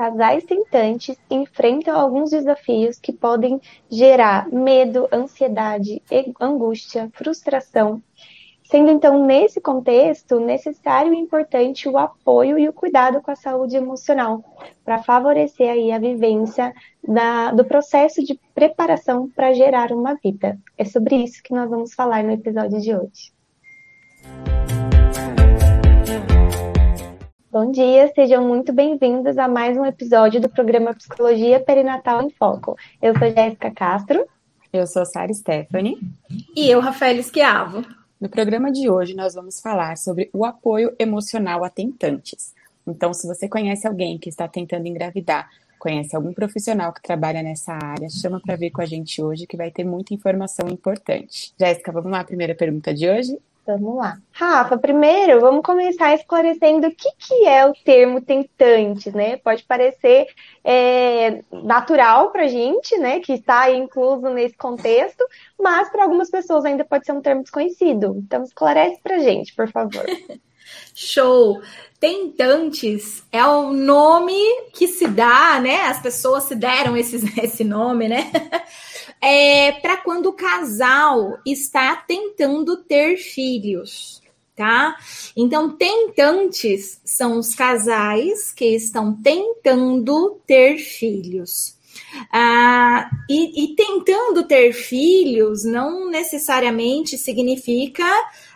casais tentantes enfrentam alguns desafios que podem gerar medo, ansiedade, angústia, frustração, sendo então nesse contexto necessário e importante o apoio e o cuidado com a saúde emocional, para favorecer aí a vivência do processo de preparação para gerar uma vida. É sobre isso que nós vamos falar no episódio de hoje. Bom dia, sejam muito bem-vindos a mais um episódio do programa Psicologia Perinatal em Foco. Eu sou Jéssica Castro. Eu sou Sara Stephanie. E eu, Rafaela Schiavo. No programa de hoje, nós vamos falar sobre o apoio emocional a tentantes. Então, se você conhece alguém que está tentando engravidar, conhece algum profissional que trabalha nessa área, chama para vir com a gente hoje, que vai ter muita informação importante. Jéssica, vamos lá, a primeira pergunta de hoje? Vamos lá. Rafa, primeiro vamos começar esclarecendo o que é o termo tentante, né? Pode parecer natural para a gente, né? Que está aí incluso nesse contexto, mas para algumas pessoas ainda pode ser um termo desconhecido. Então esclarece para a gente, por favor. Show! Tentantes é o nome que se dá, né? As pessoas se deram esse nome, né? Para quando o casal está tentando ter filhos, tá? Então, tentantes são os casais que estão tentando ter filhos. E tentando ter filhos não necessariamente significa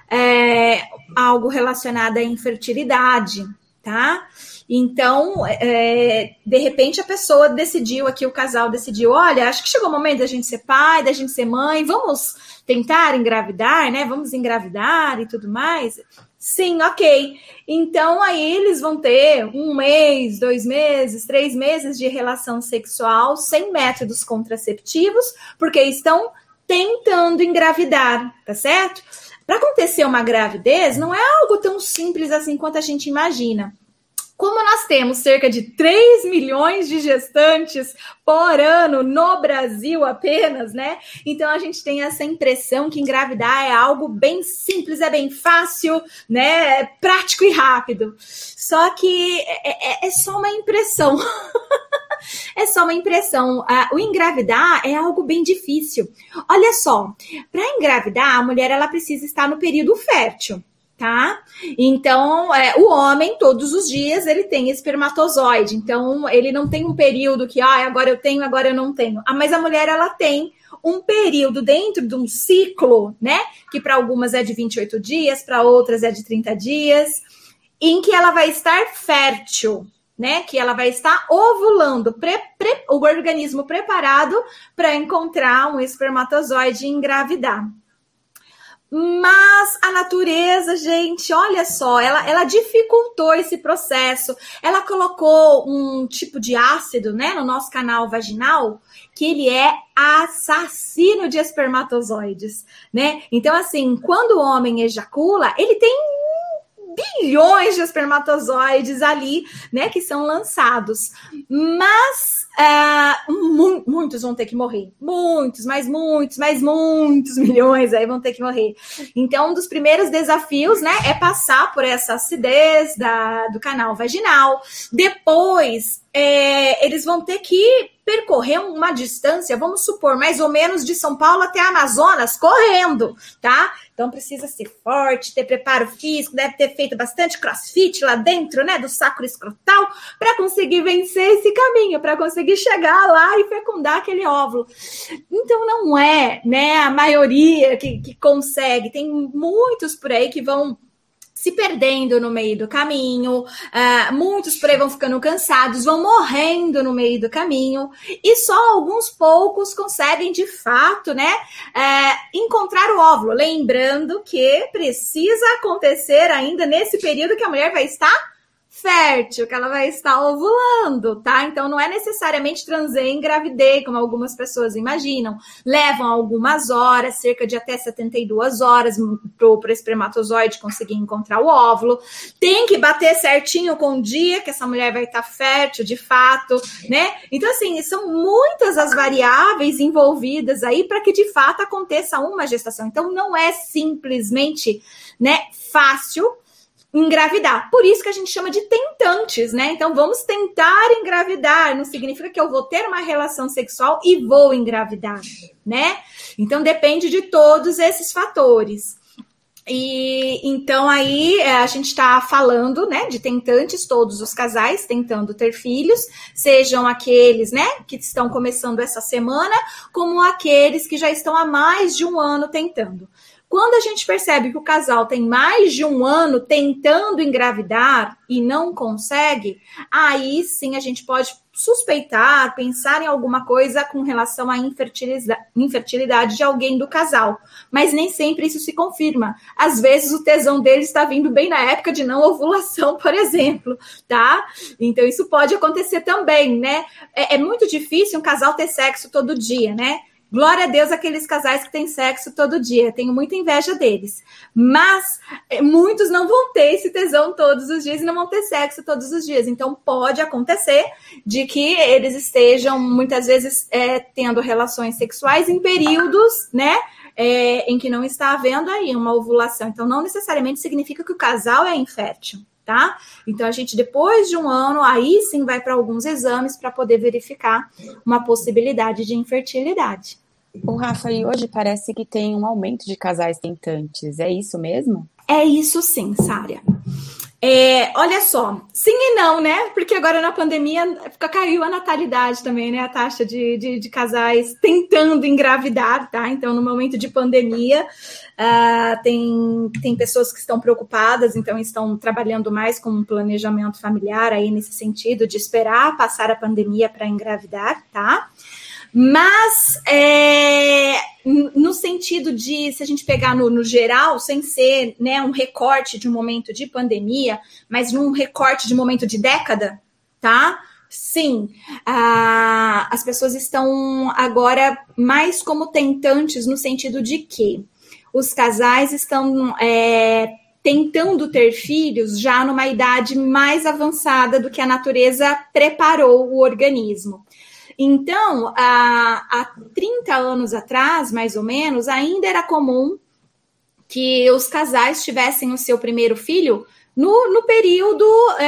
algo relacionado à infertilidade, tá? Então, de repente a pessoa decidiu aqui, o casal decidiu, olha, acho que chegou o momento da gente ser pai, da gente ser mãe, vamos tentar engravidar, né? Vamos engravidar e tudo mais. Sim, ok. Então, aí eles vão ter 1 mês, 2 meses, 3 meses de relação sexual sem métodos contraceptivos, porque estão tentando engravidar, tá certo? Para acontecer uma gravidez, não é algo tão simples assim quanto a gente imagina. Como nós temos cerca de 3 milhões de gestantes por ano no Brasil apenas, né? Então a gente tem essa impressão que engravidar é algo bem simples, é bem fácil, né? É prático e rápido. Só que é só uma impressão. É só uma impressão. O engravidar é algo bem difícil. Olha só, para engravidar, a mulher ela precisa estar no período fértil. Tá? Então, o homem, todos os dias, ele tem espermatozoide. Então, ele não tem um período que, agora eu tenho, agora eu não tenho. Mas a mulher, ela tem um período dentro de um ciclo, né? Que para algumas é de 28 dias, para outras é de 30 dias, em que ela vai estar fértil, né? Que ela vai estar ovulando, o organismo preparado para encontrar um espermatozoide e engravidar. Mas a natureza, gente, olha só, ela dificultou esse processo. Ela colocou um tipo de ácido, né, no nosso canal vaginal, que ele é assassino de espermatozoides, né? Então, assim, quando o homem ejacula, ele tem bilhões de espermatozoides ali, né, que são lançados. Mas muitos vão ter que morrer. Muitos milhões aí vão ter que morrer. Então, um dos primeiros desafios, né, é passar por essa acidez do canal vaginal. Depois, eles vão ter que percorrer uma distância, vamos supor, mais ou menos de São Paulo até Amazonas, correndo, tá? Então precisa ser forte, ter preparo físico, deve ter feito bastante crossfit lá dentro, né, do sacro escrotal, para conseguir vencer esse caminho, para conseguir chegar lá e fecundar aquele óvulo. Então não é, né, a maioria que consegue, tem muitos por aí que vão se perdendo no meio do caminho, muitos por aí vão ficando cansados, vão morrendo no meio do caminho, e só alguns poucos conseguem, de fato, né, encontrar o óvulo. Lembrando que precisa acontecer ainda nesse período que a mulher vai estar fértil, que ela vai estar ovulando, tá? Então não é necessariamente transei e engravidei, como algumas pessoas imaginam. Levam algumas horas, cerca de até 72 horas pro espermatozoide conseguir encontrar o óvulo. Tem que bater certinho com o dia que essa mulher vai estar fértil, de fato, né? Então, assim, são muitas as variáveis envolvidas aí para que, de fato, aconteça uma gestação. Então, não é simplesmente, né, fácil. engravidar. Por isso que a gente chama de tentantes, né? Então, vamos tentar engravidar. Não significa que eu vou ter uma relação sexual e vou engravidar, né? Então, depende de todos esses fatores. E então aí a gente está falando, né, de tentantes, todos os casais tentando ter filhos, sejam aqueles, né, que estão começando essa semana, como aqueles que já estão há mais de um ano tentando. Quando a gente percebe que o casal tem mais de um ano tentando engravidar e não consegue, aí sim a gente pode suspeitar, pensar em alguma coisa com relação à infertilidade de alguém do casal. Mas nem sempre isso se confirma. Às vezes o tesão dele está vindo bem na época de não ovulação, por exemplo, tá? Então isso pode acontecer também, né? É muito difícil um casal ter sexo todo dia, né? Glória a Deus aqueles casais que têm sexo todo dia. Tenho muita inveja deles. Mas muitos não vão ter esse tesão todos os dias e não vão ter sexo todos os dias. Então pode acontecer de que eles estejam muitas vezes tendo relações sexuais em períodos, né? Em que não está havendo aí uma ovulação. Então não necessariamente significa que o casal é infértil. Tá? Então, a gente, depois de um ano, aí sim vai para alguns exames para poder verificar uma possibilidade de infertilidade. O Rafa, e hoje parece que tem um aumento de casais tentantes, é isso mesmo? É isso sim, Sária. Olha só, sim e não, né? Porque agora na pandemia caiu a natalidade também, né? A taxa de casais tentando engravidar, tá? Então, no momento de pandemia, tem pessoas que estão preocupadas, então estão trabalhando mais com um planejamento familiar aí nesse sentido, de esperar passar a pandemia para engravidar, tá? Mas no sentido de, se a gente pegar no geral, sem ser, né, um recorte de um momento de pandemia, mas num recorte de momento de década, tá? Sim, as pessoas estão agora mais como tentantes no sentido de que os casais estão tentando ter filhos já numa idade mais avançada do que a natureza preparou o organismo. Então, há 30 anos atrás, mais ou menos, ainda era comum que os casais tivessem o seu primeiro filho no período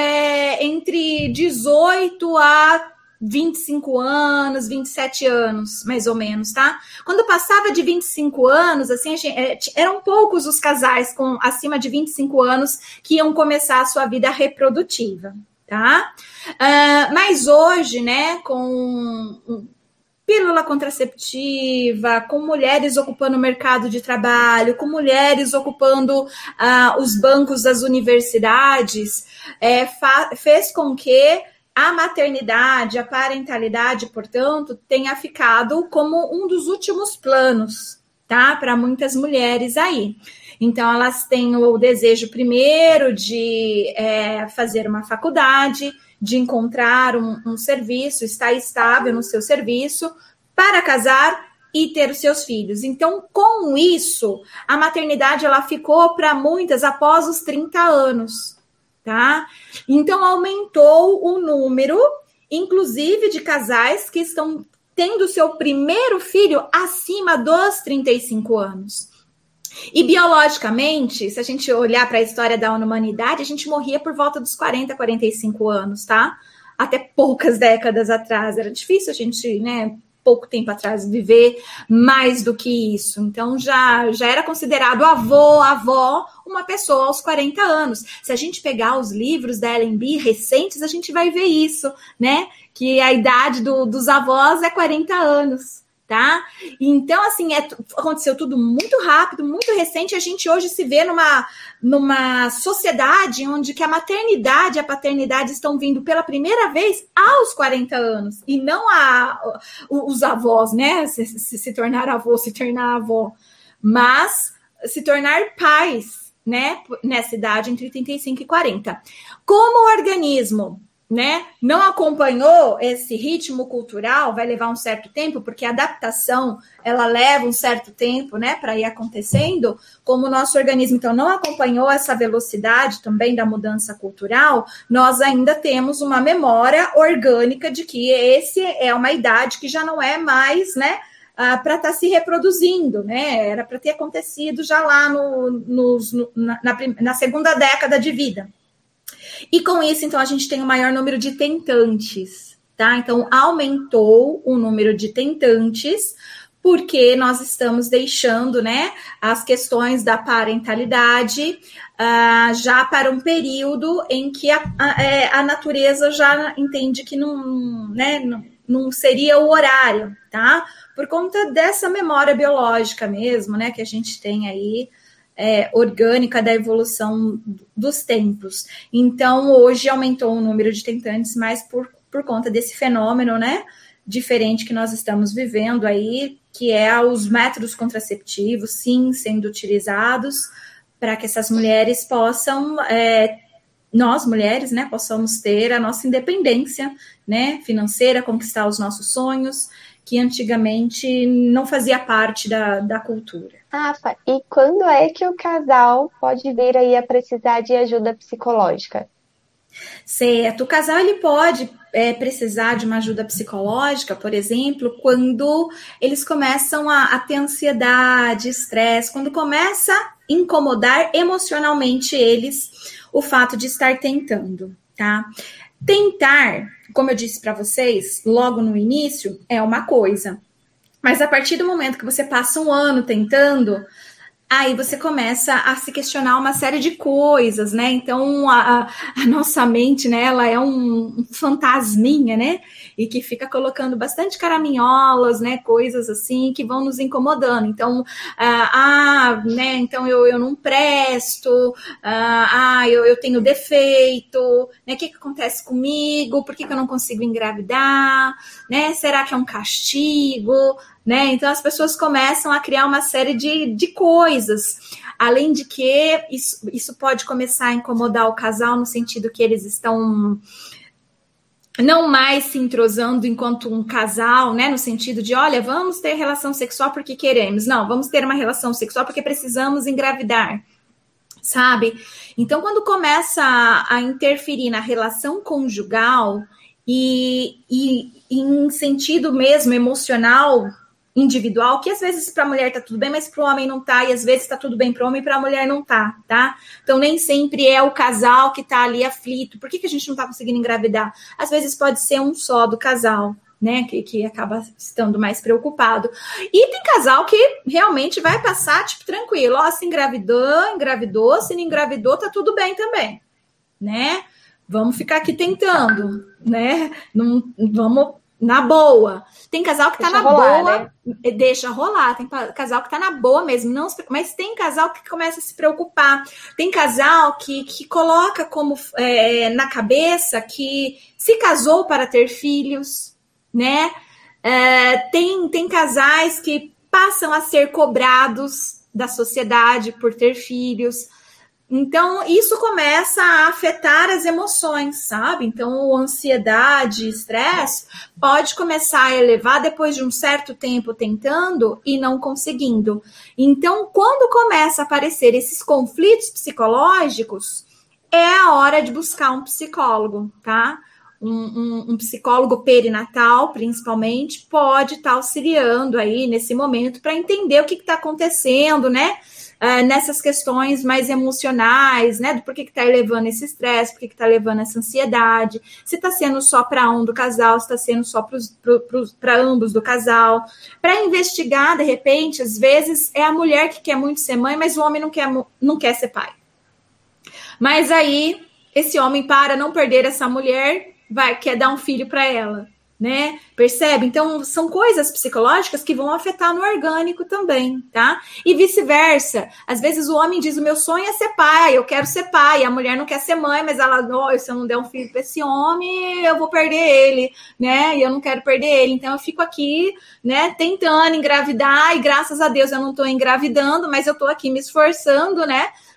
entre 18 a 25 anos, 27 anos, mais ou menos, tá? Quando passava de 25 anos, assim, eram poucos os casais com acima de 25 anos que iam começar a sua vida reprodutiva. Tá? Mas hoje, né, com pílula contraceptiva, com mulheres ocupando o mercado de trabalho, com mulheres ocupando os bancos das universidades, fez com que a maternidade, a parentalidade, portanto, tenha ficado como um dos últimos planos, tá? Para muitas mulheres aí. Então, elas têm o desejo primeiro de fazer uma faculdade, de encontrar um serviço, estar estável no seu serviço, para casar e ter os seus filhos. Então, com isso, a maternidade ela ficou para muitas após os 30 anos, tá? Então, aumentou o número, inclusive, de casais que estão tendo o seu primeiro filho acima dos 35 anos. E biologicamente, se a gente olhar para a história da humanidade, a gente morria por volta dos 40, 45 anos, tá? Até poucas décadas atrás. Era difícil a gente, né, pouco tempo atrás, viver mais do que isso. Então, já era considerado avó, uma pessoa aos 40 anos. Se a gente pegar os livros da Ellen B recentes, a gente vai ver isso, né? Que a idade dos avós é 40 anos. Tá? Então, assim, aconteceu tudo muito rápido, muito recente. A gente hoje se vê numa sociedade onde que a maternidade e a paternidade estão vindo pela primeira vez aos 40 anos, e não os avós, né? Se tornar avô, se tornar avó, mas se tornar pais, né? Nessa idade, entre 35 e 40. Como o organismo, né, não acompanhou esse ritmo cultural, vai levar um certo tempo, porque a adaptação, ela leva um certo tempo, né, para ir acontecendo. Como o nosso organismo, então, não acompanhou essa velocidade também da mudança cultural, nós ainda temos uma memória orgânica de que esse é uma idade que já não é mais, né, para estar se reproduzindo, né? Era para ter acontecido já lá na segunda década de vida. E com isso, então, a gente tem o maior número de tentantes, tá? Então, aumentou o número de tentantes, porque nós estamos deixando, né, as questões da parentalidade já para um período em que a natureza já entende que não seria o horário, tá? Por conta dessa memória biológica mesmo, né, que a gente tem aí, orgânica da evolução dos tempos. Então, hoje aumentou o número de tentantes, mas por conta desse fenômeno, né, diferente que nós estamos vivendo aí, que é os métodos contraceptivos, sim, sendo utilizados para que essas mulheres possam, nós mulheres, né, possamos ter a nossa independência, né, financeira, conquistar os nossos sonhos, que antigamente não fazia parte da cultura. Rafa, e quando é que o casal pode vir aí a precisar de ajuda psicológica? Certo, o casal ele pode precisar de uma ajuda psicológica, por exemplo, quando eles começam a ter ansiedade, estresse, quando começa a incomodar emocionalmente eles o fato de estar tentando, tá? Tentar, como eu disse para vocês, logo no início, é uma coisa, mas a partir do momento que você passa um ano tentando, aí você começa a se questionar uma série de coisas, né? Então, a nossa mente, né, ela é um fantasminha, né? E que fica colocando bastante caraminholas, né? Coisas assim que vão nos incomodando. Então, né? Então eu não presto, eu tenho defeito, né? O que acontece comigo? Por que eu não consigo engravidar? Né? Será que é um castigo? Né? Então as pessoas começam a criar uma série de coisas, além de que isso pode começar a incomodar o casal no sentido que eles estão não mais se entrosando enquanto um casal, né? No sentido de, olha, vamos ter relação sexual porque queremos. Não, vamos ter uma relação sexual porque precisamos engravidar, sabe? Então, quando começa a interferir na relação conjugal e em sentido mesmo emocional, individual, que às vezes para a mulher tá tudo bem, mas para o homem não tá, e às vezes tá tudo bem para o homem e para a mulher não tá? Então nem sempre é o casal que tá ali aflito. Por que a gente não tá conseguindo engravidar? Às vezes pode ser um só do casal, né, que acaba estando mais preocupado. E tem casal que realmente vai passar, tipo, tranquilo, ó, se engravidou, se não engravidou, tá tudo bem também, né? Vamos ficar aqui tentando, né? Não, vamos na boa. Tem casal que tá na boa, né? Deixa rolar. Tem casal que tá na boa mesmo, não, mas tem casal que começa a se preocupar. Tem casal que coloca como na cabeça que se casou para ter filhos, né? Tem casais que passam a ser cobrados da sociedade por ter filhos. Então, isso começa a afetar as emoções, sabe? Então, ansiedade, estresse pode começar a elevar depois de um certo tempo tentando e não conseguindo. Então, quando começa a aparecer esses conflitos psicológicos, é a hora de buscar um psicólogo, tá? Um psicólogo perinatal, principalmente, pode estar auxiliando aí nesse momento para entender o que está acontecendo, né? Nessas questões mais emocionais, né, do porquê que está levando esse estresse, porquê que está levando essa ansiedade, se está sendo só para um do casal, se está sendo só para ambos do casal, para investigar, de repente, às vezes é a mulher que quer muito ser mãe, mas o homem não quer ser pai. Mas aí, esse homem, para não perder essa mulher, quer dar um filho para ela, né? Percebe? Então, são coisas psicológicas que vão afetar no orgânico também, tá? E vice-versa. Às vezes o homem diz, o meu sonho é ser pai, eu quero ser pai, a mulher não quer ser mãe, mas ela, se eu não der um filho para esse homem, eu vou perder ele, né? E eu não quero perder ele. Então, eu fico aqui, né, tentando engravidar, e graças a Deus eu não tô engravidando, mas eu tô aqui me esforçando, né,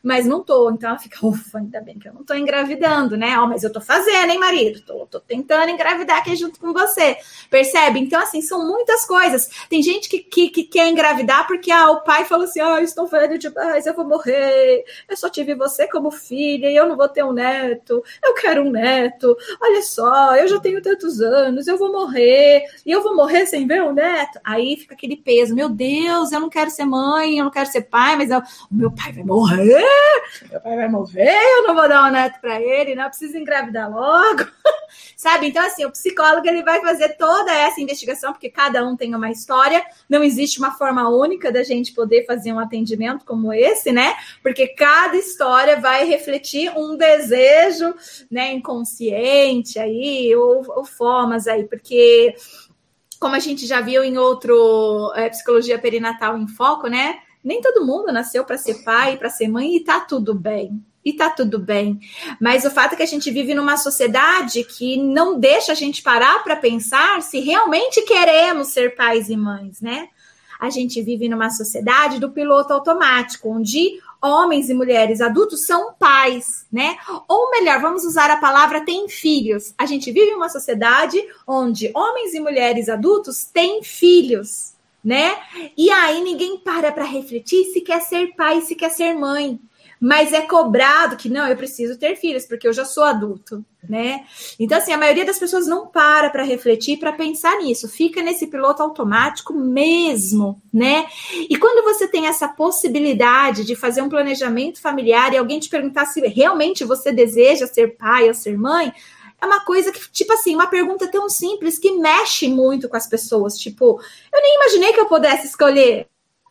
mas não tô. Então ela fica, ufa, ainda bem que eu não tô engravidando, né? Mas eu tô fazendo, hein, marido? Tô tentando engravidar aqui junto com você. Percebe? Então, assim, são muitas coisas. Tem gente que quer engravidar porque o pai falou assim, estou velho demais, eu vou morrer. Eu só tive você como filha e eu não vou ter um neto. Eu quero um neto. Olha só, eu já tenho tantos anos, eu vou morrer. E eu vou morrer sem ver um neto? Aí fica aquele peso. Meu Deus, eu não quero ser mãe, eu não quero ser pai, mas o meu pai vai morrer. Meu pai vai morrer, eu não vou dar um neto para ele, não, eu preciso engravidar logo. Sabe? Então, assim, o psicólogo ele vai fazer toda essa investigação, porque cada um tem uma história, não existe uma forma única da gente poder fazer um atendimento como esse, né? Porque cada história vai refletir um desejo, né, inconsciente aí, ou formas aí, porque como a gente já viu em outro Psicologia Perinatal em Foco, né? Nem todo mundo nasceu para ser pai, para ser mãe, e tá tudo bem. E tá tudo bem. Mas o fato é que a gente vive numa sociedade que não deixa a gente parar para pensar se realmente queremos ser pais e mães, né? A gente vive numa sociedade do piloto automático, onde homens e mulheres adultos são pais, né? Ou melhor, vamos usar a palavra têm filhos. A gente vive em uma sociedade onde homens e mulheres adultos têm filhos, né? E aí ninguém para refletir se quer ser pai, se quer ser mãe. Mas é cobrado que, não, eu preciso ter filhos, porque eu já sou adulto, né? Então, assim, a maioria das pessoas não para refletir, para pensar nisso. Fica nesse piloto automático mesmo, né? E quando você tem essa possibilidade de fazer um planejamento familiar e alguém te perguntar se realmente você deseja ser pai ou ser mãe, é uma coisa que, tipo assim, uma pergunta tão simples que mexe muito com as pessoas. Tipo, eu nem imaginei que eu pudesse escolher.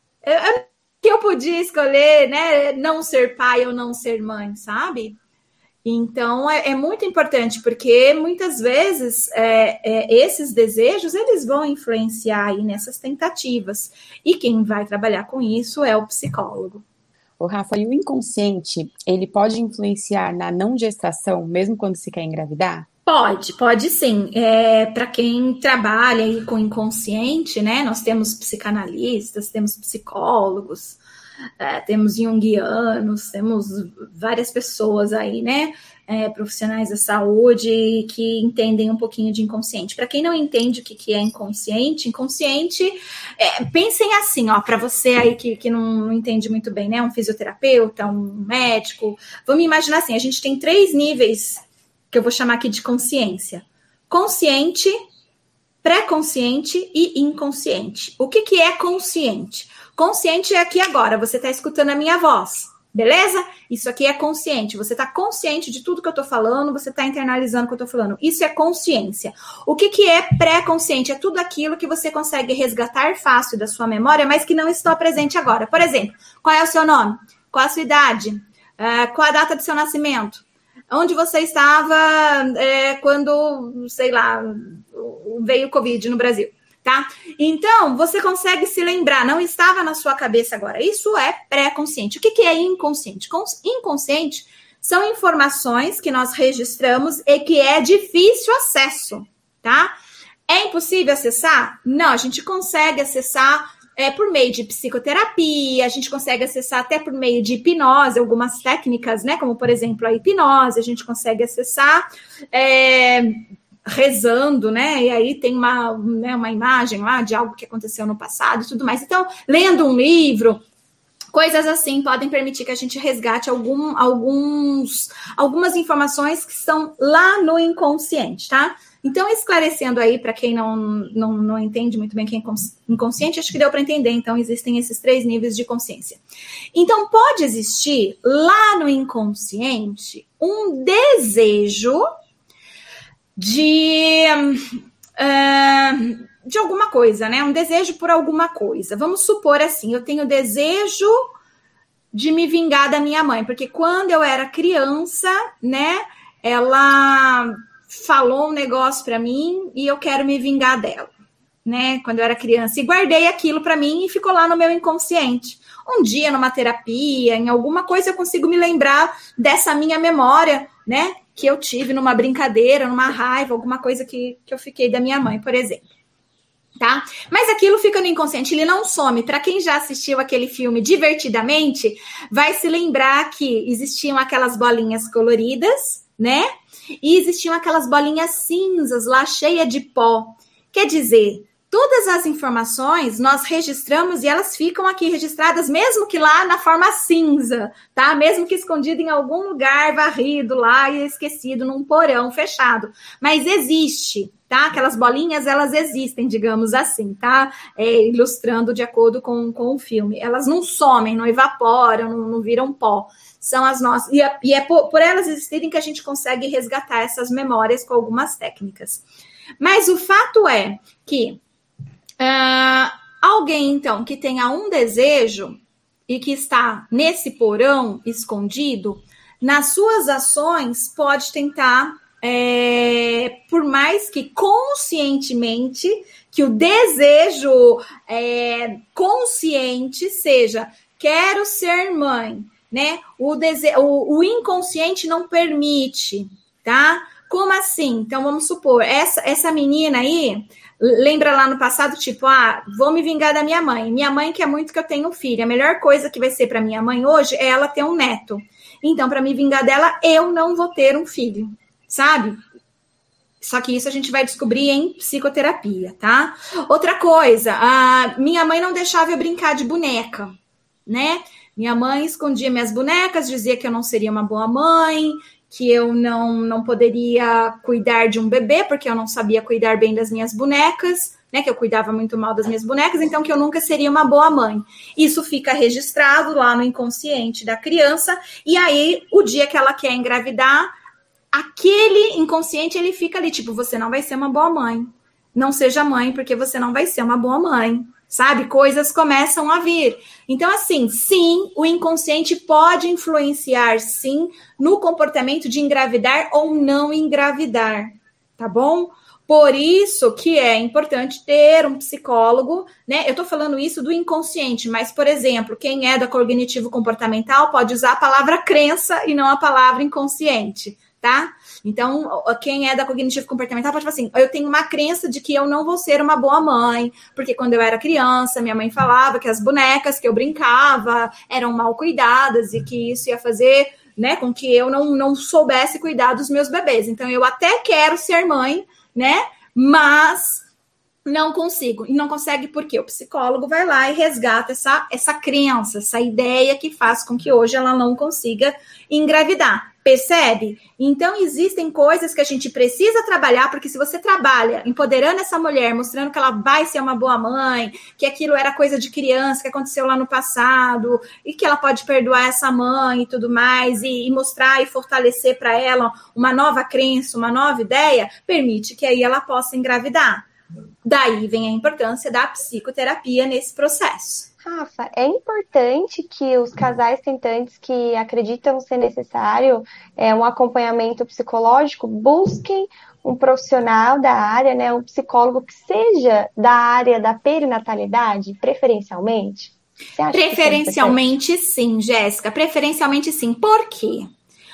Que eu podia escolher, né, não ser pai ou não ser mãe, sabe? Então, é muito importante, porque muitas vezes esses desejos, eles vão influenciar aí nessas tentativas. E quem vai trabalhar com isso é o psicólogo. Ô, Rafa, e o inconsciente, ele pode influenciar na não gestação, mesmo quando se quer engravidar? Pode sim. Para quem trabalha aí com inconsciente, né? Nós temos psicanalistas, temos psicólogos, temos junguianos, temos várias pessoas aí, né? Profissionais da saúde que entendem um pouquinho de inconsciente. Para quem não entende o que é inconsciente, pensem assim, ó, para você aí que não entende muito bem, né? Um fisioterapeuta, um médico. Vamos imaginar assim, a gente tem 3 níveis que eu vou chamar aqui de consciência. Consciente, pré-consciente e inconsciente. O que é consciente? Consciente é aqui agora, você está escutando a minha voz, beleza? Isso aqui é consciente, você está consciente de tudo que eu estou falando, você está internalizando o que eu estou falando. Isso é consciência. O que é pré-consciente? É tudo aquilo que você consegue resgatar fácil da sua memória, mas que não está presente agora. Por exemplo, qual é o seu nome? Qual a sua idade? Qual a data do seu nascimento? Onde você estava quando, sei lá, veio o Covid no Brasil, tá? Então, você consegue se lembrar, não estava na sua cabeça agora. Isso é pré-consciente. O que é inconsciente? Inconsciente são informações que nós registramos e que é difícil acesso, tá? É impossível acessar? Não, a gente consegue acessar por meio de psicoterapia, a gente consegue acessar até por meio de hipnose, algumas técnicas, né, como por exemplo a hipnose, a gente consegue acessar rezando, né, e aí tem uma imagem lá de algo que aconteceu no passado e tudo mais. Então, lendo um livro, coisas assim podem permitir que a gente resgate algumas informações que estão lá no inconsciente, tá? Então, esclarecendo aí, para quem não entende muito bem quem é inconsciente, acho que deu para entender. Então, existem esses 3 níveis de consciência. Então, pode existir lá no inconsciente um desejo de alguma coisa, né? Um desejo por alguma coisa. Vamos supor assim, eu tenho desejo de me vingar da minha mãe, porque quando eu era criança, né, ela falou um negócio para mim e eu quero me vingar dela, né? Quando eu era criança, e guardei aquilo para mim e ficou lá no meu inconsciente. Um dia, numa terapia, em alguma coisa, eu consigo me lembrar dessa minha memória, né? Que eu tive numa brincadeira, numa raiva, alguma coisa que eu fiquei da minha mãe, por exemplo. tá? Mas aquilo fica no inconsciente, ele não some. Para quem já assistiu aquele filme Divertidamente, vai se lembrar que existiam aquelas bolinhas coloridas, né? E existiam aquelas bolinhas cinzas lá, cheia de pó. Quer dizer, todas as informações nós registramos e elas ficam aqui registradas, mesmo que lá na forma cinza, tá? Mesmo que escondido em algum lugar varrido lá e esquecido num porão fechado. Mas existe, tá? Aquelas bolinhas, elas existem, digamos assim, tá? Ilustrando de acordo com o filme. Elas não somem, não evaporam, não viram pó. São as nossas. E é por elas existirem que a gente consegue resgatar essas memórias com algumas técnicas. Mas o fato é que alguém, então, que tenha um desejo e que está nesse porão escondido, nas suas ações pode tentar, por mais que conscientemente, que o desejo consciente seja, quero ser mãe, né? O inconsciente não permite, tá? Como assim? Então, vamos supor, essa menina aí, lembra lá no passado, tipo, vou me vingar da minha mãe. Minha mãe quer muito que eu tenha um filho. A melhor coisa que vai ser para minha mãe hoje é ela ter um neto. Então, para me vingar dela, eu não vou ter um filho, sabe? Só que isso a gente vai descobrir em psicoterapia, tá? Outra coisa, minha mãe não deixava eu brincar de boneca, né? Minha mãe escondia minhas bonecas, dizia que eu não seria uma boa mãe, que eu não poderia cuidar de um bebê, porque eu não sabia cuidar bem das minhas bonecas, né? Que eu cuidava muito mal das minhas bonecas, então que eu nunca seria uma boa mãe. Isso fica registrado lá no inconsciente da criança, e aí, o dia que ela quer engravidar, aquele inconsciente, ele fica ali, tipo, você não vai ser uma boa mãe. Não seja mãe, porque você não vai ser uma boa mãe. Sabe? Coisas começam a vir. Então, assim, sim, o inconsciente pode influenciar, sim, no comportamento de engravidar ou não engravidar, tá bom? Por isso que é importante ter um psicólogo, né? Eu tô falando isso do inconsciente, mas, por exemplo, quem é da cognitivo-comportamental pode usar a palavra crença e não a palavra inconsciente, tá? Então, quem é da cognitivo comportamental pode falar assim, eu tenho uma crença de que eu não vou ser uma boa mãe, porque quando eu era criança, minha mãe falava que as bonecas que eu brincava eram mal cuidadas e que isso ia fazer, né, com que eu não soubesse cuidar dos meus bebês. Então, eu até quero ser mãe, né, mas não consigo. E não consegue porque o psicólogo vai lá e resgata essa crença, essa ideia que faz com que hoje ela não consiga engravidar. Percebe? Então, existem coisas que a gente precisa trabalhar, porque se você trabalha empoderando essa mulher, mostrando que ela vai ser uma boa mãe, que aquilo era coisa de criança, que aconteceu lá no passado, e que ela pode perdoar essa mãe e tudo mais, e mostrar e fortalecer para ela uma nova crença, uma nova ideia, permite que aí ela possa engravidar. Daí vem a importância da psicoterapia nesse processo. Rafa, é importante que os casais tentantes que acreditam ser necessário um acompanhamento psicológico busquem um profissional da área, né, um psicólogo que seja da área da perinatalidade, preferencialmente? Você acha Preferencialmente sim, Jéssica, preferencialmente sim. Por quê?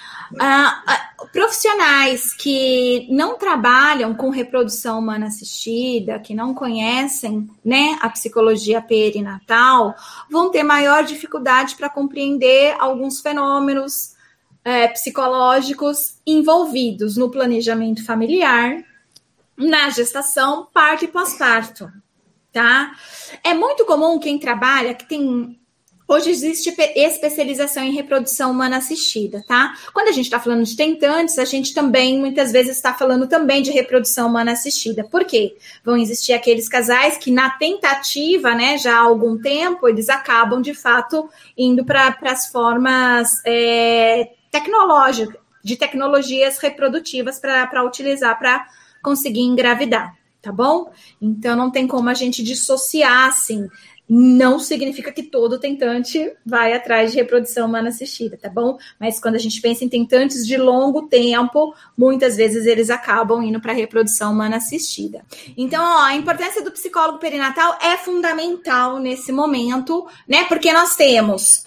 Profissionais que não trabalham com reprodução humana assistida, que não conhecem, né, a psicologia perinatal, vão ter maior dificuldade para compreender alguns fenômenos psicológicos envolvidos no planejamento familiar, na gestação, parto e pós-parto, tá? É muito comum quem trabalha, que tem... Hoje existe especialização em reprodução humana assistida, tá? Quando a gente está falando de tentantes, a gente também, muitas vezes, está falando também de reprodução humana assistida. Por quê? Vão existir aqueles casais que, na tentativa, né, já há algum tempo, eles acabam, de fato, indo para as formas tecnológicas, de tecnologias reprodutivas para utilizar para conseguir engravidar, tá bom? Então, não tem como a gente dissociar, assim... Não significa que todo tentante vai atrás de reprodução humana assistida, tá bom? Mas quando a gente pensa em tentantes de longo tempo, muitas vezes eles acabam indo para a reprodução humana assistida. Então, a importância do psicólogo perinatal é fundamental nesse momento, né? Porque nós temos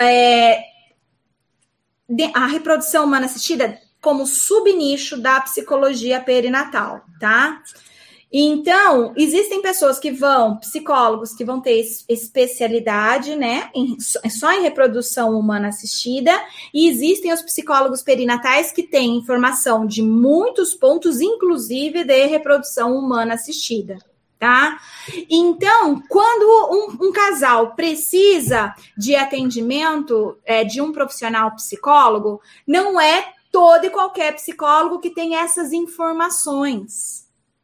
a reprodução humana assistida como subnicho da psicologia perinatal, tá? Então, existem pessoas que vão, psicólogos que vão ter especialidade, né, só em reprodução humana assistida, e existem os psicólogos perinatais que têm informação de muitos pontos, inclusive de reprodução humana assistida, tá? Então, quando um casal precisa de atendimento de um profissional psicólogo, não é todo e qualquer psicólogo que tem essas informações.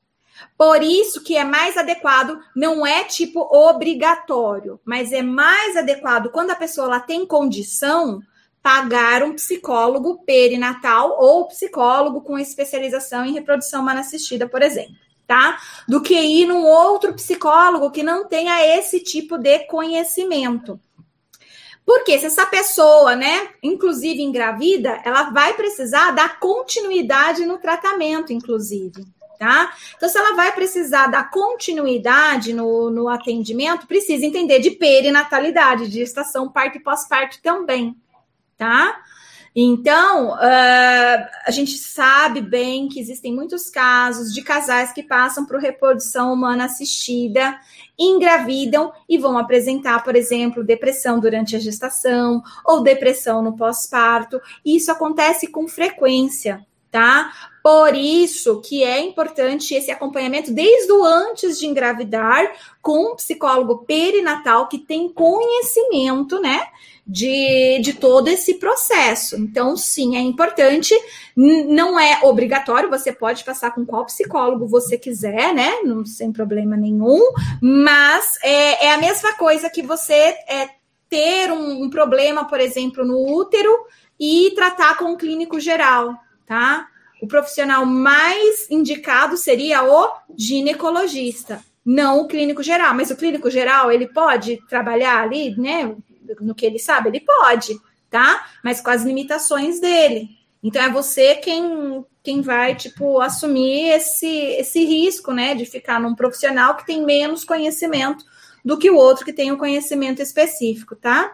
Por isso que é mais adequado, não é tipo obrigatório, mas é mais adequado quando a pessoa ela tem condição, pagar um psicólogo perinatal ou psicólogo com especialização em reprodução humana assistida, por exemplo, tá? Do que ir num outro psicólogo que não tenha esse tipo de conhecimento. Porque se essa pessoa, né, inclusive engravida, ela vai precisar dar continuidade no tratamento, inclusive. Tá? Então, se ela vai precisar da continuidade no atendimento, precisa entender de perinatalidade, de gestação, parto e pós-parto também, tá? Então, a gente sabe bem que existem muitos casos de casais que passam por reprodução humana assistida, engravidam e vão apresentar, por exemplo, depressão durante a gestação ou depressão no pós-parto. E isso acontece com frequência, tá? Por isso que é importante esse acompanhamento desde o antes de engravidar com um psicólogo perinatal que tem conhecimento, né, de todo esse processo. Então, sim, é importante, não é obrigatório, você pode passar com qual psicólogo você quiser, né, não, sem problema nenhum, mas é a mesma coisa que você ter um problema, por exemplo, no útero e tratar com um clínico geral, tá? O profissional mais indicado seria o ginecologista, não o clínico geral. Mas o clínico geral, ele pode trabalhar ali, né, no que ele sabe? Ele pode, tá? Mas com as limitações dele. Então, é você quem vai, tipo, assumir esse risco, né, de ficar num profissional que tem menos conhecimento do que o outro que tem um conhecimento específico, tá?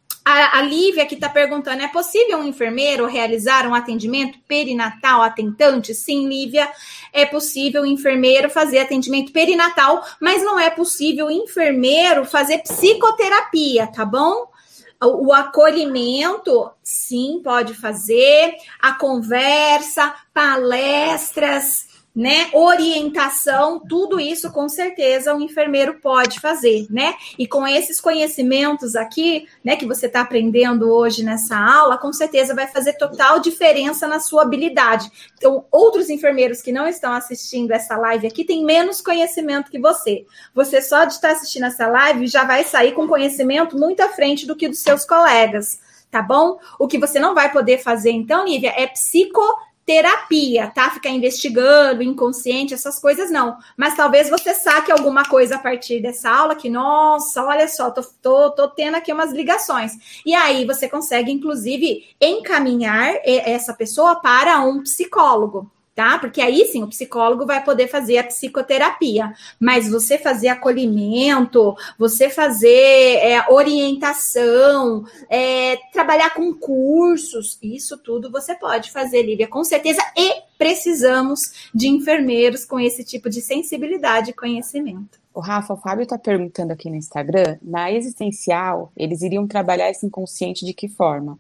A Lívia que está perguntando, é possível um enfermeiro realizar um atendimento perinatal atentante? Sim, Lívia, é possível o enfermeiro fazer atendimento perinatal, mas não é possível o enfermeiro fazer psicoterapia, tá bom? O acolhimento, sim, pode fazer, a conversa, palestras, né, orientação, tudo isso com certeza o enfermeiro pode fazer, né? E com esses conhecimentos aqui, né, que você está aprendendo hoje nessa aula, com certeza vai fazer total diferença na sua habilidade. Então, outros enfermeiros que não estão assistindo essa live aqui têm menos conhecimento que você. Você só de estar assistindo essa live já vai sair com conhecimento muito à frente do que dos seus colegas, tá bom? O que você não vai poder fazer, então, Lívia, é psicoterapia, tá? Ficar investigando, inconsciente, essas coisas não. Mas talvez você saque alguma coisa a partir dessa aula que, nossa, olha só, tô tendo aqui umas ligações. E aí você consegue, inclusive, encaminhar essa pessoa para um psicólogo, tá? Porque aí sim o psicólogo vai poder fazer a psicoterapia, mas você fazer acolhimento, você fazer orientação, trabalhar com cursos, isso tudo você pode fazer, Lívia, com certeza, e precisamos de enfermeiros com esse tipo de sensibilidade e conhecimento. O Rafa, o Fábio está perguntando aqui no Instagram, na existencial, eles iriam trabalhar esse inconsciente de que forma?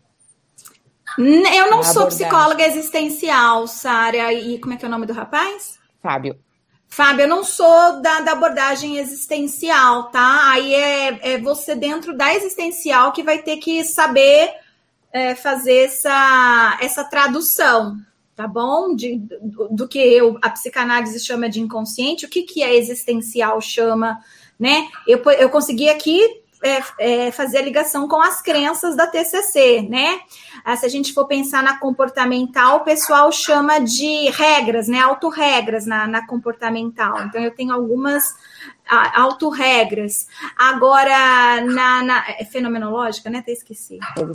Eu não sou psicóloga existencial, Sara. E como é que é o nome do rapaz? Fábio, eu não sou da abordagem existencial, tá? Aí é você dentro da existencial que vai ter que saber fazer essa tradução, tá bom? Do que a psicanálise chama de inconsciente, o que a existencial chama, né? Eu consegui aqui fazer a ligação com as crenças da TCC, né? Se a gente for pensar na comportamental, o pessoal chama de regras, né? Autorregras na comportamental. Então, eu tenho algumas autorregras. Agora, na fenomenológica, né? Até esqueci.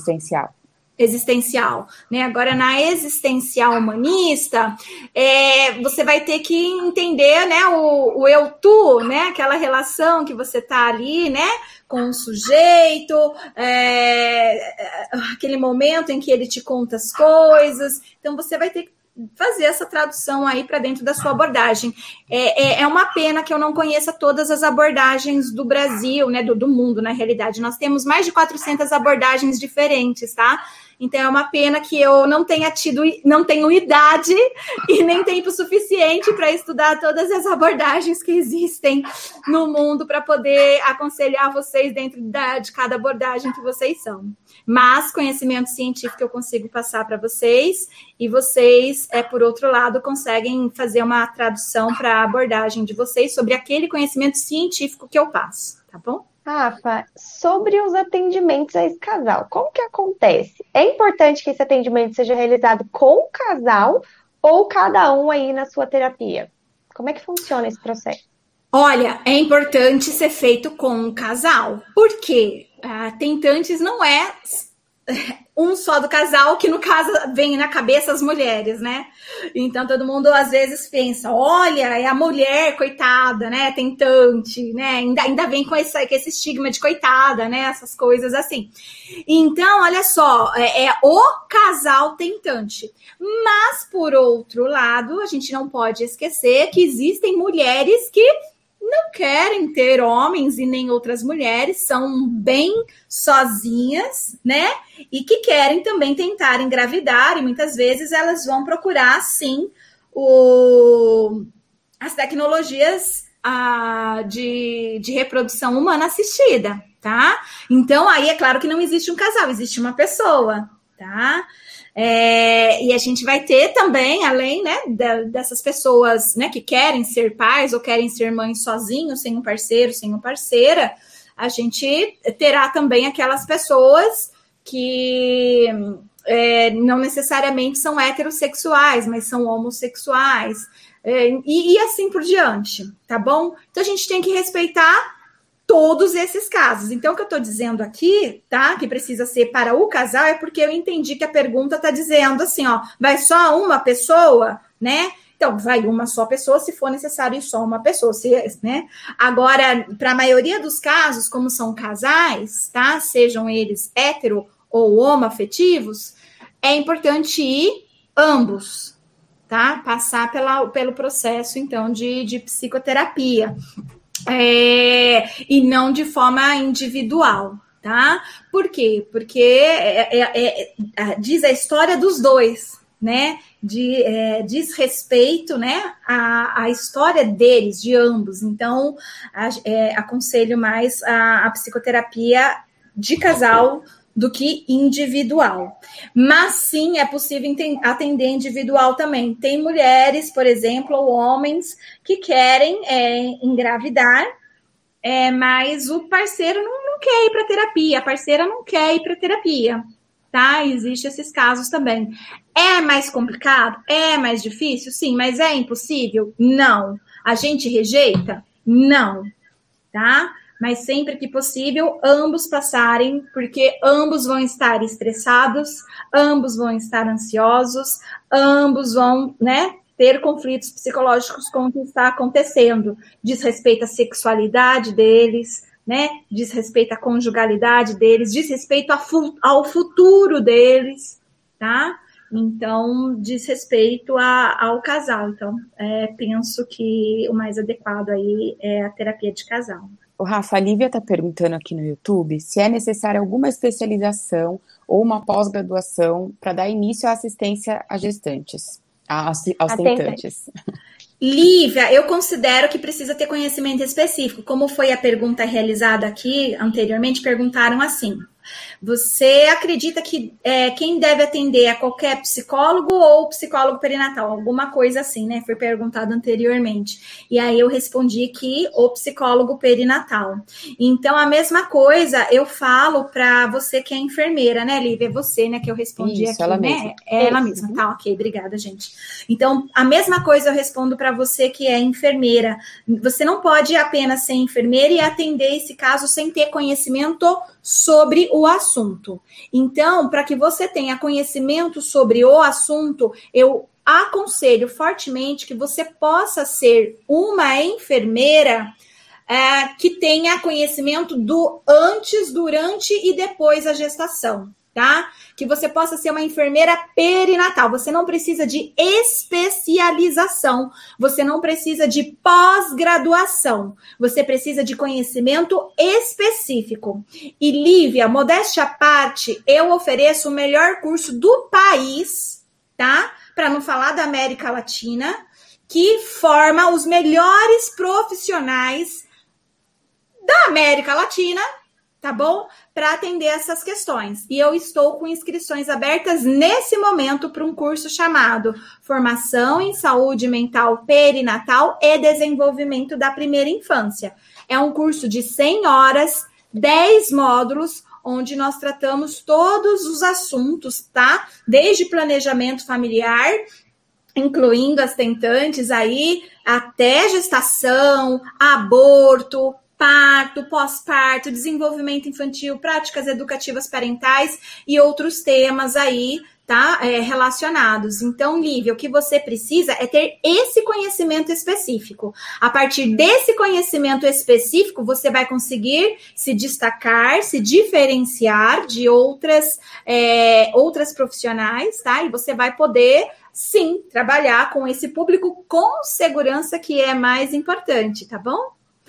Existencial, né? Agora, na existencial humanista, você vai ter que entender, né, o eu-tu, né, aquela relação que você tá ali, né, com o sujeito, aquele momento em que ele te conta as coisas. Então, você vai ter que fazer essa tradução aí para dentro da sua abordagem. É uma pena que eu não conheça todas as abordagens do Brasil, né, do mundo, na realidade. Nós temos mais de 400 abordagens diferentes, tá? Então, é uma pena que eu não tenho idade e nem tempo suficiente para estudar todas as abordagens que existem no mundo para poder aconselhar vocês dentro de cada abordagem que vocês são. Mas conhecimento científico eu consigo passar para vocês e vocês, por outro lado, conseguem fazer uma tradução para a abordagem de vocês sobre aquele conhecimento científico que eu passo, tá bom? Rafa, sobre os atendimentos a esse casal, como que acontece? É importante que esse atendimento seja realizado com o casal ou cada um aí na sua terapia? Como é que funciona esse processo? Olha, é importante ser feito com o casal, porque tentantes não é um só do casal, que no caso vem na cabeça as mulheres, né? Então todo mundo às vezes pensa, olha, é a mulher, coitada, né? Tentante, né? Ainda vem com esse estigma de coitada, né? Essas coisas assim. Então, olha só, é o casal tentante. Mas, por outro lado, a gente não pode esquecer que existem mulheres que não querem ter homens e nem outras mulheres, são bem sozinhas, né? E que querem também tentar engravidar, e muitas vezes elas vão procurar, sim, as tecnologias de reprodução humana assistida, tá? Então, aí é claro que não existe um casal, existe uma pessoa, tá? E a gente vai ter também, além, né, dessas pessoas, né, que querem ser pais ou querem ser mães sozinhos, sem um parceiro, sem uma parceira, a gente terá também aquelas pessoas que não necessariamente são heterossexuais, mas são homossexuais, e assim por diante, tá bom? Então a gente tem que respeitar todos esses casos. Então, o que eu estou dizendo aqui, tá? Que precisa ser para o casal, é porque eu entendi que a pergunta está dizendo assim, ó, vai só uma pessoa, né? Então, vai uma só pessoa, se for necessário só uma pessoa, né? Agora, para a maioria dos casos, como são casais, tá? Sejam eles hétero ou homoafetivos, é importante ir ambos, tá? Passar pelo processo, então, de psicoterapia. E não de forma individual, tá? Por quê? Porque diz a história dos dois, né? Diz respeito, né, à história deles, de ambos. Então, aconselho mais a psicoterapia de casal do que individual. Mas sim, é possível atender individual também. Tem mulheres, por exemplo, ou homens que querem engravidar, mas o parceiro não quer ir para terapia, a parceira não quer ir para terapia, tá? Existem esses casos também. É mais complicado? É mais difícil? Sim, mas é impossível? Não. A gente rejeita? Não, tá? Mas sempre que possível, ambos passarem, porque ambos vão estar estressados, ambos vão estar ansiosos, ambos vão, né, ter conflitos psicológicos com o que está acontecendo. Diz respeito à sexualidade deles, né, diz respeito à conjugalidade deles, diz respeito ao futuro deles, tá? Então, diz respeito ao casal. Então, penso que o mais adequado aí é a terapia de casal. O Rafa, a Lívia está perguntando aqui no YouTube se é necessária alguma especialização ou uma pós-graduação para dar início à assistência a gestantes, aos tentantes. Lívia, eu considero que precisa ter conhecimento específico. Como foi a pergunta realizada aqui anteriormente, perguntaram assim: você acredita que quem deve atender é qualquer psicólogo ou psicólogo perinatal? Alguma coisa assim, né? Foi perguntado anteriormente. E aí eu respondi que o psicólogo perinatal. Então, a mesma coisa eu falo para você que é enfermeira, né, Lívia? É você, né, que eu respondi. Isso, aqui, ela né? mesma. É ela mesma, tá? Ok, obrigada, gente. Então, a mesma coisa eu respondo para você que é enfermeira. Você não pode apenas ser enfermeira e atender esse caso sem ter conhecimento sobre o assunto. Então, para que você tenha conhecimento sobre o assunto, eu aconselho fortemente que você possa ser uma enfermeira que tenha conhecimento do antes, durante e depois da gestação, tá? Que você possa ser uma enfermeira perinatal. Você não precisa de especialização, você não precisa de pós-graduação, você precisa de conhecimento específico. E Lívia, modéstia à parte, eu ofereço o melhor curso do país, tá? Para não falar da América Latina, que forma os melhores profissionais da América Latina, tá bom? Para atender essas questões. E eu estou com inscrições abertas nesse momento para um curso chamado Formação em Saúde Mental Perinatal e Desenvolvimento da Primeira Infância. É um curso de 100 horas, 10 módulos, onde nós tratamos todos os assuntos, tá? Desde planejamento familiar, incluindo as tentantes aí, até gestação, aborto, parto, pós-parto, desenvolvimento infantil, práticas educativas parentais e outros temas aí, tá? Relacionados. Então, Lívia, o que você precisa é ter esse conhecimento específico. A partir desse conhecimento específico, você vai conseguir se destacar, se diferenciar de outras profissionais, tá? E você vai poder, sim, trabalhar com esse público com segurança, que é mais importante, tá bom?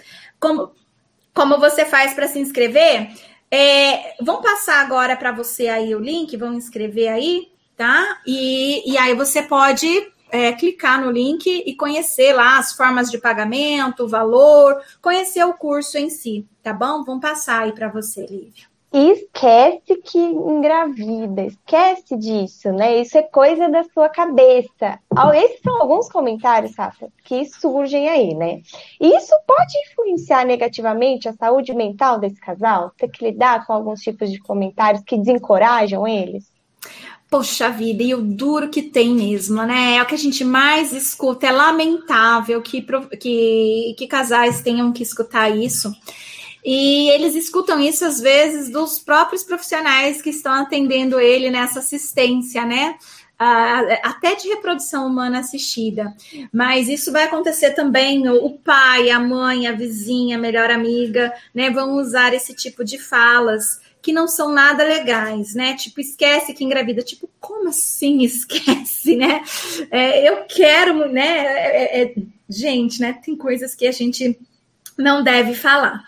Como você faz para se inscrever? Vamos passar agora para você aí o link, vão inscrever aí, tá? E aí você pode clicar no link e conhecer lá as formas de pagamento, o valor, conhecer o curso em si, tá bom? Vamos passar aí para você, Lívia. E esquece que engravida, esquece disso, né? Isso é coisa da sua cabeça. Esses são alguns comentários, Rafa, que surgem aí, né? E isso pode influenciar negativamente a saúde mental desse casal? Ter que lidar com alguns tipos de comentários que desencorajam eles? Poxa vida, e o duro que tem mesmo, né? É o que a gente mais escuta. É lamentável que casais tenham que escutar isso. E eles escutam isso, às vezes, dos próprios profissionais que estão atendendo ele nessa assistência, né? Até de reprodução humana assistida. Mas isso vai acontecer também, o pai, a mãe, a vizinha, a melhor amiga, né? Vão usar esse tipo de falas que não são nada legais, né? Tipo, esquece que engravida. Tipo, como assim esquece, né? Eu quero, né? Gente, né? Tem coisas que a gente não deve falar.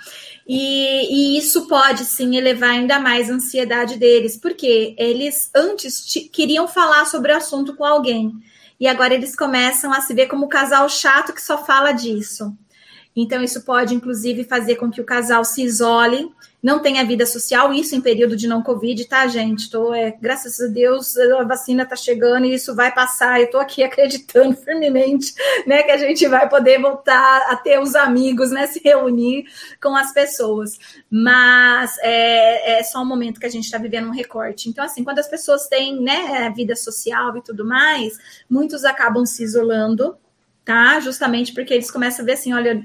E isso pode, sim, elevar ainda mais a ansiedade deles, porque eles antes queriam falar sobre o assunto com alguém, e agora eles começam a se ver como o casal chato que só fala disso. Então, isso pode, inclusive, fazer com que o casal se isole, não tenha vida social, isso em período de não Covid, tá, gente? Graças a Deus, a vacina tá chegando e isso vai passar. Eu tô aqui acreditando firmemente, né, que a gente vai poder voltar a ter os amigos, né, se reunir com as pessoas. Mas é só um momento que a gente tá vivendo um recorte. Então, assim, quando as pessoas têm, né, vida social e tudo mais, muitos acabam se isolando, tá? Justamente porque eles começam a ver assim, olha,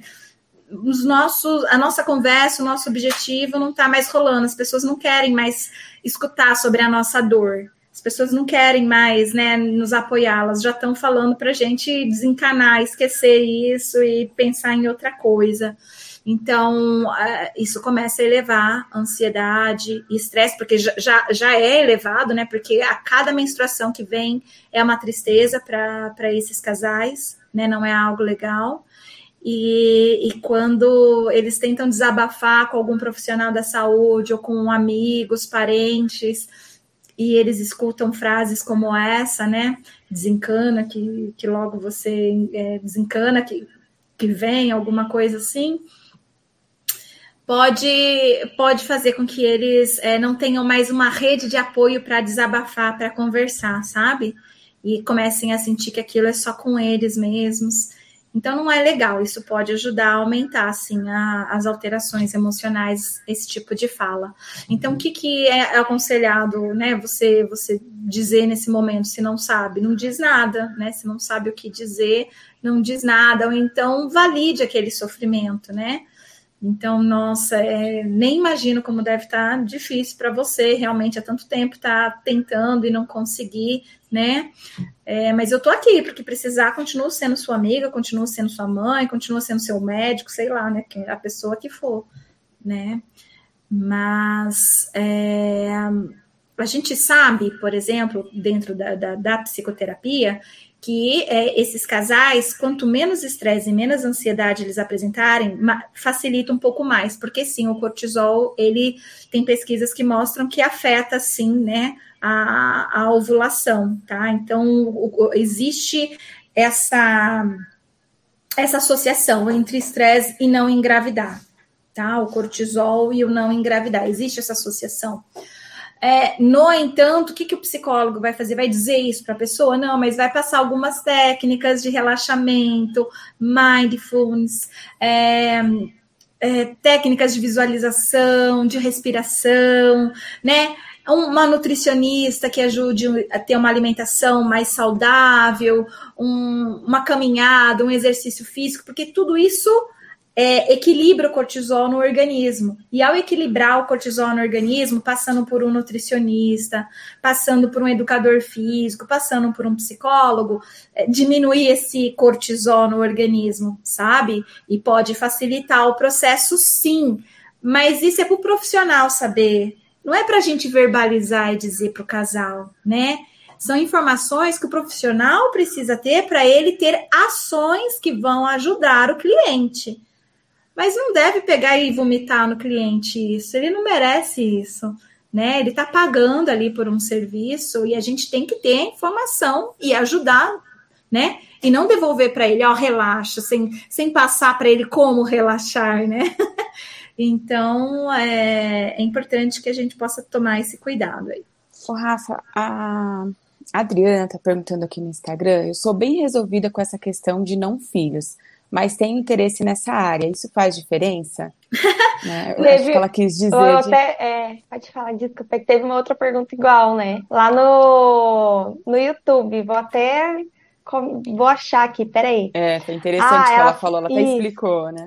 a nossa conversa, o nosso objetivo não está mais rolando, as pessoas não querem mais escutar sobre a nossa dor, as pessoas não querem mais, né, nos apoiar, elas já estão falando para a gente desencanar, esquecer isso e pensar em outra coisa. Então, isso começa a elevar a ansiedade e estresse, porque já é elevado, né, porque a cada menstruação que vem é uma tristeza para esses casais, né, não é algo legal. E quando eles tentam desabafar com algum profissional da saúde ou com amigos, parentes, e eles escutam frases como essa, né? Desencana, que logo você desencana, que vem alguma coisa assim, pode fazer com que eles não tenham mais uma rede de apoio para desabafar, para conversar, sabe? E comecem a sentir que aquilo é só com eles mesmos. Então, não é legal, isso pode ajudar a aumentar, assim, as alterações emocionais, esse tipo de fala. Então, o que é aconselhado, né, você dizer nesse momento, se não sabe? Não diz nada, né, se não sabe o que dizer, não diz nada, ou então valide aquele sofrimento, né? Então, nossa, nem imagino como deve estar difícil para você, realmente, há tanto tempo tá tentando e não conseguir, né? Mas eu tô aqui, porque precisar, continuo sendo sua amiga, continuo sendo sua mãe, continuo sendo seu médico, sei lá, né? A pessoa que for, né? Mas a gente sabe, por exemplo, dentro da psicoterapia, que esses casais, quanto menos estresse e menos ansiedade eles apresentarem, facilita um pouco mais, porque sim, o cortisol, ele tem pesquisas que mostram que afeta, sim, né, a ovulação, tá? Então, existe essa associação entre estresse e não engravidar, tá? O cortisol e o não engravidar, existe essa associação. No entanto, o que o psicólogo vai fazer? Vai dizer isso para a pessoa? Não, mas vai passar algumas técnicas de relaxamento, mindfulness, técnicas de visualização, de respiração, né? Uma nutricionista que ajude a ter uma alimentação mais saudável, uma caminhada, um exercício físico, porque tudo isso equilibra o cortisol no organismo. E ao equilibrar o cortisol no organismo, passando por um nutricionista, passando por um educador físico, passando por um psicólogo, diminuir esse cortisol no organismo, sabe? E pode facilitar o processo, sim. Mas isso é para o profissional saber. Não é para a gente verbalizar e dizer para o casal, né? São informações que o profissional precisa ter para ele ter ações que vão ajudar o cliente. Mas não deve pegar e vomitar no cliente isso. Ele não merece isso, né? Ele está pagando ali por um serviço e a gente tem que ter informação e ajudar, né? E não devolver para ele, relaxa, sem passar para ele como relaxar, né? Então, é importante que a gente possa tomar esse cuidado aí. Rafa, a Adriana está perguntando aqui no Instagram, eu sou bem resolvida com essa questão de não filhos, mas tenho interesse nessa área. Isso faz diferença? Né? Eu acho que ela quis dizer... Pode falar, desculpa, que teve uma outra pergunta igual, né? Lá no YouTube, vou achar aqui, peraí. Foi interessante que ela falou, ela até explicou, né?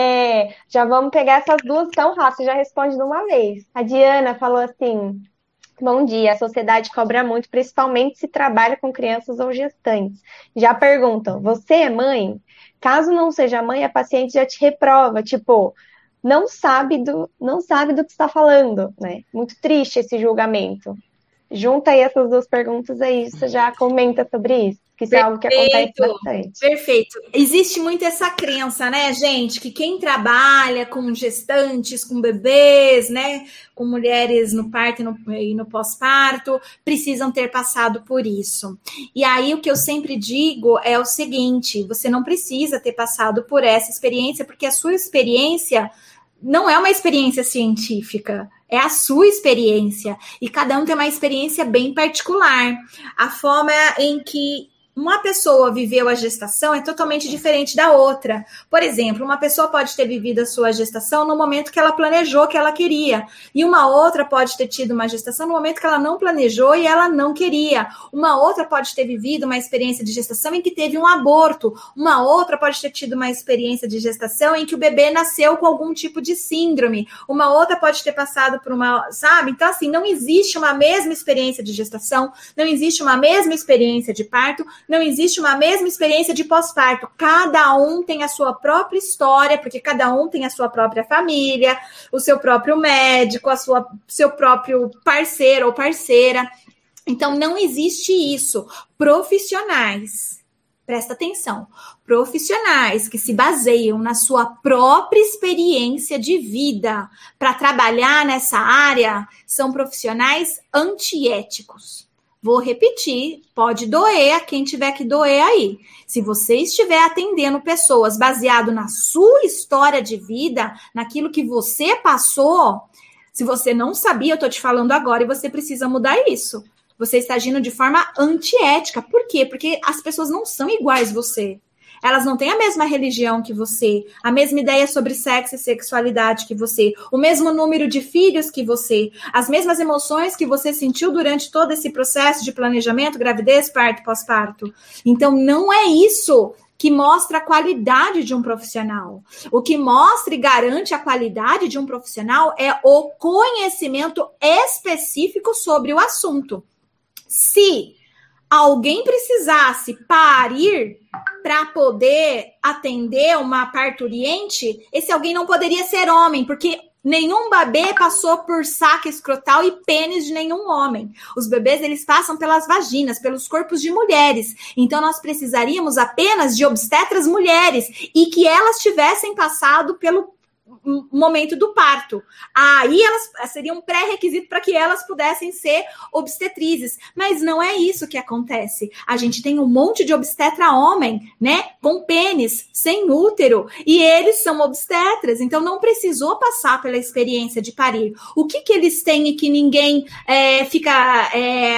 Já vamos pegar essas duas tão rápido, já responde de uma vez. A Diana falou assim... Bom dia, a sociedade cobra muito, principalmente se trabalha com crianças ou gestantes. Já perguntam, você é mãe? Caso não seja mãe, a paciente já te reprova, tipo, não sabe do que está falando, né? Muito triste esse julgamento. Junta aí essas duas perguntas aí, você já comenta sobre isso, que isso é algo que acontece bastante. Perfeito. Existe muito essa crença, né, gente, que quem trabalha com gestantes, com bebês, né, com mulheres no parto e no pós-parto, precisam ter passado por isso. E aí o que eu sempre digo é o seguinte, você não precisa ter passado por essa experiência, porque a sua experiência não é uma experiência científica, é a sua experiência. E cada um tem uma experiência bem particular. A forma em que uma pessoa viveu a gestação é totalmente diferente da outra. Por exemplo, uma pessoa pode ter vivido a sua gestação no momento que ela planejou, que ela queria. E uma outra pode ter tido uma gestação no momento que ela não planejou e ela não queria. Uma outra pode ter vivido uma experiência de gestação em que teve um aborto. Uma outra pode ter tido uma experiência de gestação em que o bebê nasceu com algum tipo de síndrome. Uma outra pode ter passado por uma, sabe? Então, assim, não existe uma mesma experiência de gestação, não existe uma mesma experiência de parto, não existe uma mesma experiência de pós-parto. Cada um tem a sua própria história, porque cada um tem a sua própria família, o seu próprio médico, seu próprio parceiro ou parceira. Então, não existe isso. Profissionais, presta atenção, profissionais que se baseiam na sua própria experiência de vida para trabalhar nessa área são profissionais antiéticos. Vou repetir, pode doer a quem tiver que doer aí. Se você estiver atendendo pessoas baseado na sua história de vida, naquilo que você passou, se você não sabia, eu estou te falando agora e você precisa mudar isso. Você está agindo de forma antiética. Por quê? Porque as pessoas não são iguais a você. Elas não têm a mesma religião que você, a mesma ideia sobre sexo e sexualidade que você, o mesmo número de filhos que você, as mesmas emoções que você sentiu durante todo esse processo de planejamento, gravidez, parto, pós-parto. Então, não é isso que mostra a qualidade de um profissional. O que mostra e garante a qualidade de um profissional é o conhecimento específico sobre o assunto. Se alguém precisasse parir para poder atender uma parturiente, esse alguém não poderia ser homem, porque Nenhum bebê passou por saco escrotal e pênis de nenhum homem. Os bebês, eles passam pelas vaginas, pelos corpos de mulheres. Então, nós precisaríamos apenas de obstetras mulheres e que elas tivessem passado pelo momento do parto. Aí elas seriam um pré-requisito para que elas pudessem ser obstetrizes. Mas não é isso que acontece. A gente tem um monte de obstetra homem, né? Com pênis, sem útero, e eles são obstetras, então não precisou passar pela experiência de parir. O que eles têm e que ninguém fica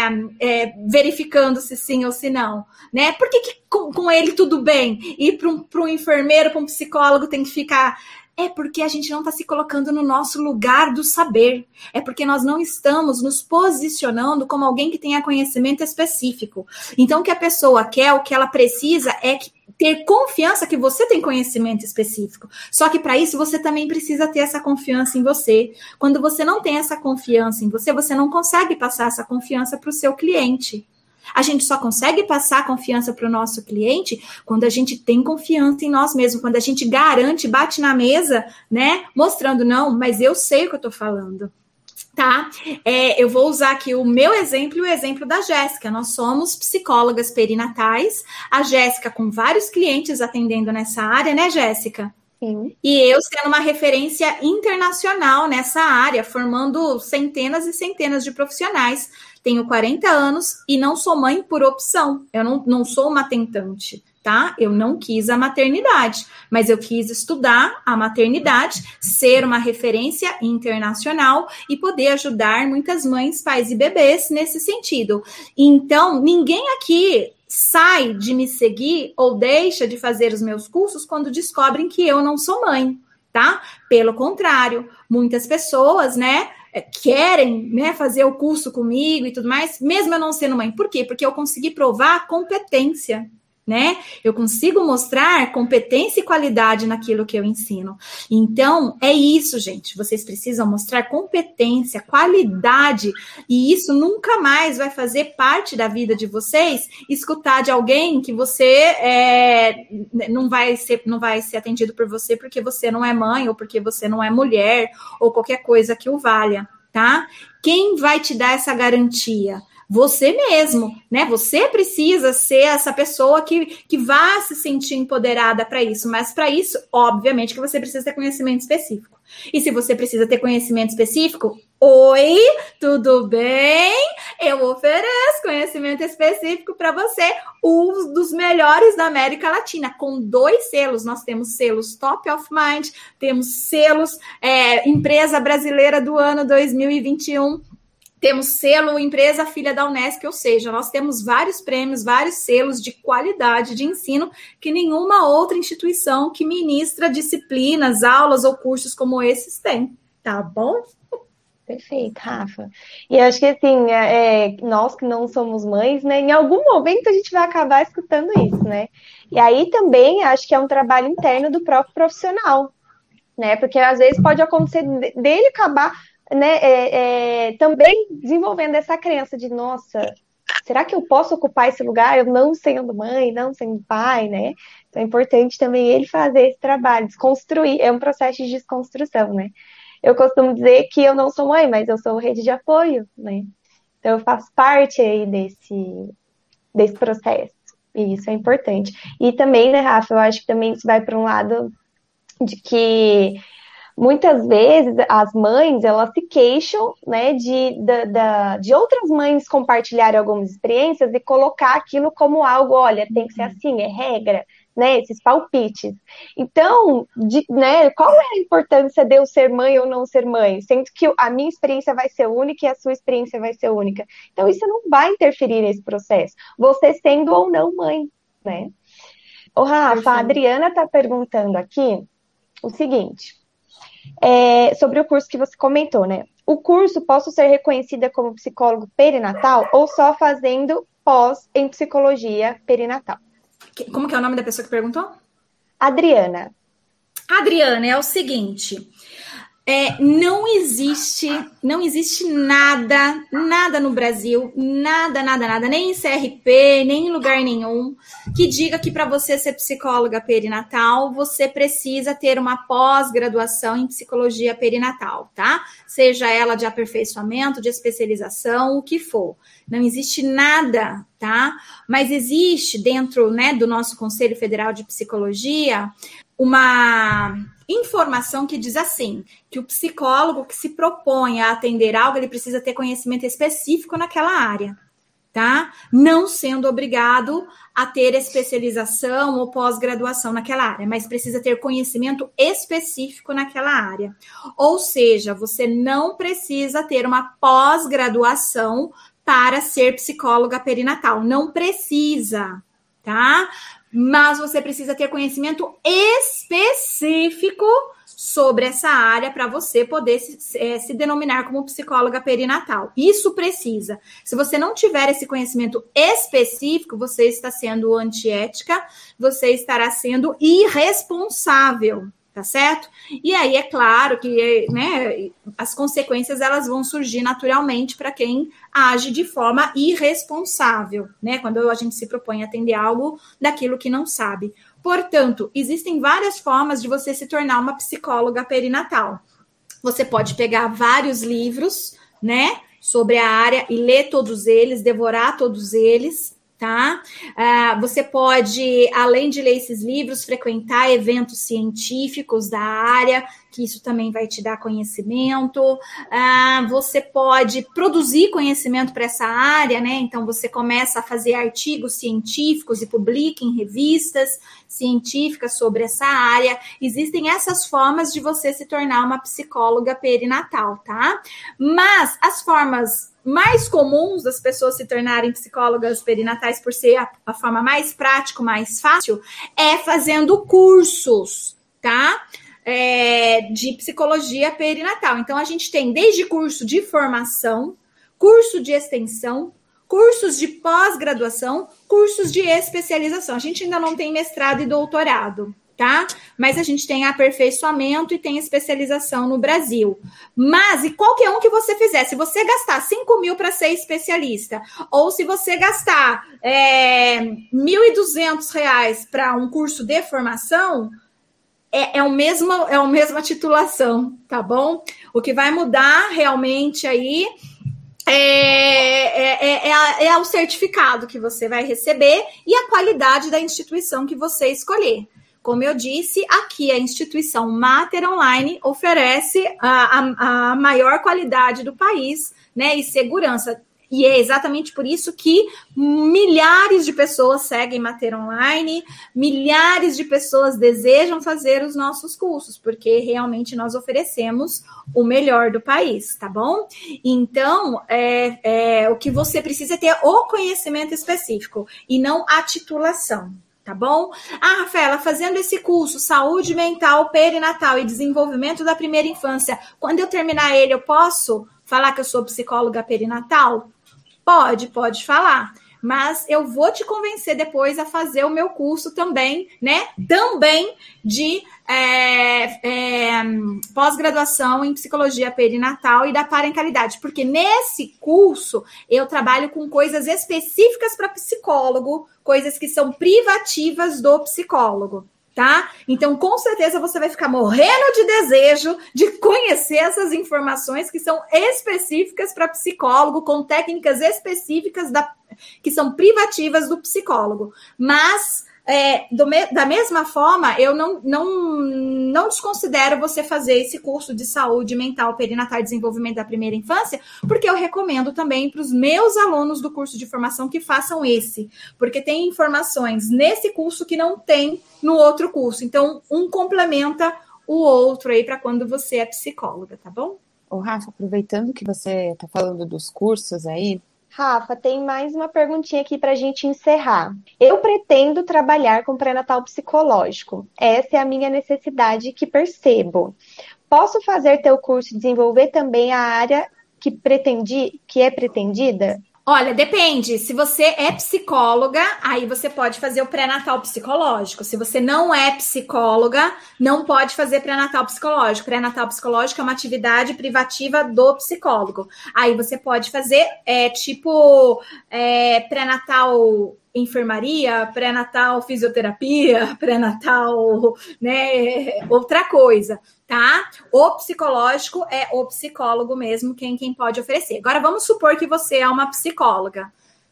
verificando se sim ou se não? Né? Por que com ele tudo bem? E para um enfermeiro, para um psicólogo tem que ficar... É porque a gente não está se colocando no nosso lugar do saber. É porque nós não estamos nos posicionando como alguém que tenha conhecimento específico. Então, o que a pessoa quer, o que ela precisa é ter confiança que você tem conhecimento específico. Só que para isso você também precisa ter essa confiança em você. Quando você não tem essa confiança em você, você não consegue passar essa confiança para o seu cliente. A gente só consegue passar confiança para o nosso cliente quando a gente tem confiança em nós mesmos, quando a gente garante, bate na mesa, né? Mostrando, não, mas eu sei o que eu estou falando. Tá? Eu vou usar aqui o meu exemplo e o exemplo da Jéssica. Nós somos psicólogas perinatais, a Jéssica com vários clientes atendendo nessa área, né, Jéssica? Sim. E eu sendo uma referência internacional nessa área, formando centenas e centenas de profissionais. Tenho 40 anos e não sou mãe por opção. Eu não sou uma tentante, tá? Eu não quis a maternidade, mas eu quis estudar a maternidade, ser uma referência internacional e poder ajudar muitas mães, pais e bebês nesse sentido. Então, ninguém aqui sai de me seguir ou deixa de fazer os meus cursos quando descobrem que eu não sou mãe, tá? Pelo contrário, muitas pessoas, né, querem, né, fazer o curso comigo e tudo mais, mesmo eu não sendo mãe. Por quê? Porque eu consegui provar competência, né? Eu consigo mostrar competência e qualidade naquilo que eu ensino. Então, é isso, gente. Vocês precisam mostrar competência, qualidade, e isso nunca mais vai fazer parte da vida de vocês escutar de alguém que você não vai ser atendido por você porque você não é mãe, ou porque você não é mulher, ou qualquer coisa que o valha, tá? Quem vai te dar essa garantia? Você mesmo, né? Você precisa ser essa pessoa que vá se sentir empoderada para isso. Mas para isso, obviamente, que você precisa ter conhecimento específico. E se você precisa ter conhecimento específico, oi, tudo bem? Eu ofereço conhecimento específico para você, um dos melhores da América Latina, com 2 selos. Nós temos selos Top of Mind, temos selos Empresa Brasileira do ano 2021, temos selo Empresa Filha da Unesp, ou seja, nós temos vários prêmios, vários selos de qualidade de ensino que nenhuma outra instituição que ministra disciplinas, aulas ou cursos como esses tem, tá bom? Perfeito, Rafa. E acho que assim, nós que não somos mães, né, em algum momento a gente vai acabar escutando isso, né? E aí também acho que é um trabalho interno do próprio profissional, né? Porque às vezes pode acontecer dele acabar, né, também desenvolvendo essa crença de, nossa, será que eu posso ocupar esse lugar eu não sendo mãe, não sendo pai, né? Então é importante também ele fazer esse trabalho, desconstruir, é um processo de desconstrução, né? Eu costumo dizer que eu não sou mãe, mas eu sou rede de apoio, né? Então eu faço parte aí desse processo, e isso é importante. E também, né, Rafa, eu acho que também isso vai para um lado de que muitas vezes as mães, elas se queixam, né, de outras mães compartilharem algumas experiências e colocar aquilo como algo, olha, tem que ser assim, é regra, né, esses palpites. Então, né, qual é a importância de eu ser mãe ou não ser mãe? Sendo que a minha experiência vai ser única e a sua experiência vai ser única. Então, isso não vai interferir nesse processo, você sendo ou não mãe, né? Ô, Rafa, a Adriana está perguntando aqui o seguinte, sobre o curso que você comentou, né? O curso, posso ser reconhecida como psicólogo perinatal ou só fazendo pós em psicologia perinatal? Como que é o nome da pessoa que perguntou? Adriana. Adriana, é o seguinte, Não existe nada no Brasil, nada, nem em CRP, nem em lugar nenhum, que diga que para você ser psicóloga perinatal, você precisa ter uma pós-graduação em psicologia perinatal, tá? Seja ela de aperfeiçoamento, de especialização, o que for. Não existe nada, tá? Mas existe dentro, né, do nosso Conselho Federal de Psicologia uma informação que diz assim, que o psicólogo que se propõe a atender algo, ele precisa ter conhecimento específico naquela área, tá? Não sendo obrigado a ter especialização ou pós-graduação naquela área, mas precisa ter conhecimento específico naquela área. Ou seja, você não precisa ter uma pós-graduação para ser psicóloga perinatal, não precisa, tá? Mas você precisa ter conhecimento específico sobre essa área para você poder se denominar como psicóloga perinatal. Isso precisa. Se você não tiver esse conhecimento específico, você está sendo antiética, você estará sendo irresponsável, tá certo? E aí é claro que, né, as consequências elas vão surgir naturalmente para quem age de forma irresponsável, né? Quando a gente se propõe a atender algo daquilo que não sabe. Portanto, existem várias formas de você se tornar uma psicóloga perinatal. Você pode pegar vários livros, né, sobre a área e ler todos eles, devorar todos eles, tá? Você pode, além de ler esses livros, frequentar eventos científicos da área, que isso também vai te dar conhecimento. Você pode produzir conhecimento para essa área, né? Então, você começa a fazer artigos científicos e publica em revistas científicas sobre essa área. Existem essas formas de você se tornar uma psicóloga perinatal, tá? Mas as formas mais comuns das pessoas se tornarem psicólogas perinatais, por ser a forma mais prática, mais fácil, é fazendo cursos, tá? De psicologia perinatal. Então, a gente tem desde curso de formação, curso de extensão, cursos de pós-graduação, cursos de especialização. A gente ainda não tem mestrado e doutorado, tá? Mas a gente tem aperfeiçoamento e tem especialização no Brasil. Mas, e qualquer um que você fizer, se você gastar 5 mil para ser especialista, ou se você gastar R$1.200 para um curso de formação, é a mesma titulação, tá bom? O que vai mudar realmente aí é o certificado que você vai receber e a qualidade da instituição que você escolher. Como eu disse, aqui a instituição Mater Online oferece a maior qualidade do país, né, e segurança. E é exatamente por isso que milhares de pessoas seguem Mater Online, milhares de pessoas desejam fazer os nossos cursos, porque realmente nós oferecemos o melhor do país, tá bom? Então, o que você precisa é ter o conhecimento específico e não a titulação. Tá bom? Rafaela, fazendo esse curso, saúde mental perinatal e desenvolvimento da primeira infância, quando eu terminar ele, eu posso falar que eu sou psicóloga perinatal? Pode falar. Mas eu vou te convencer depois a fazer o meu curso também, né? Também de pós-graduação em psicologia perinatal e da parentalidade. Porque nesse curso eu trabalho com coisas específicas para psicólogo, coisas que são privativas do psicólogo, tá? Então, com certeza, você vai ficar morrendo de desejo de conhecer essas informações que são específicas para psicólogo, com técnicas específicas que são privativas do psicólogo. Mas, da mesma forma, eu não desconsidero você fazer esse curso de saúde mental perinatal e desenvolvimento da primeira infância, porque eu recomendo também para os meus alunos do curso de formação que façam esse, porque tem informações nesse curso que não tem no outro curso. Então, um complementa o outro aí para quando você é psicóloga, tá bom? Ô, Rafa, aproveitando que você está falando dos cursos aí, Rafa, tem mais uma perguntinha aqui para a gente encerrar. Eu pretendo trabalhar com pré-natal psicológico. Essa é a minha necessidade que percebo. Posso fazer teu curso e desenvolver também a área que é pretendida? Olha, depende. Se você é psicóloga, aí você pode fazer o pré-natal psicológico. Se você não é psicóloga, não pode fazer pré-natal psicológico. Pré-natal psicológico é uma atividade privativa do psicólogo. Aí você pode fazer, pré-natal enfermaria, pré-natal fisioterapia, pré-natal, né, outra coisa, tá? O psicológico é o psicólogo mesmo quem pode oferecer. Agora, vamos supor que você é uma psicóloga.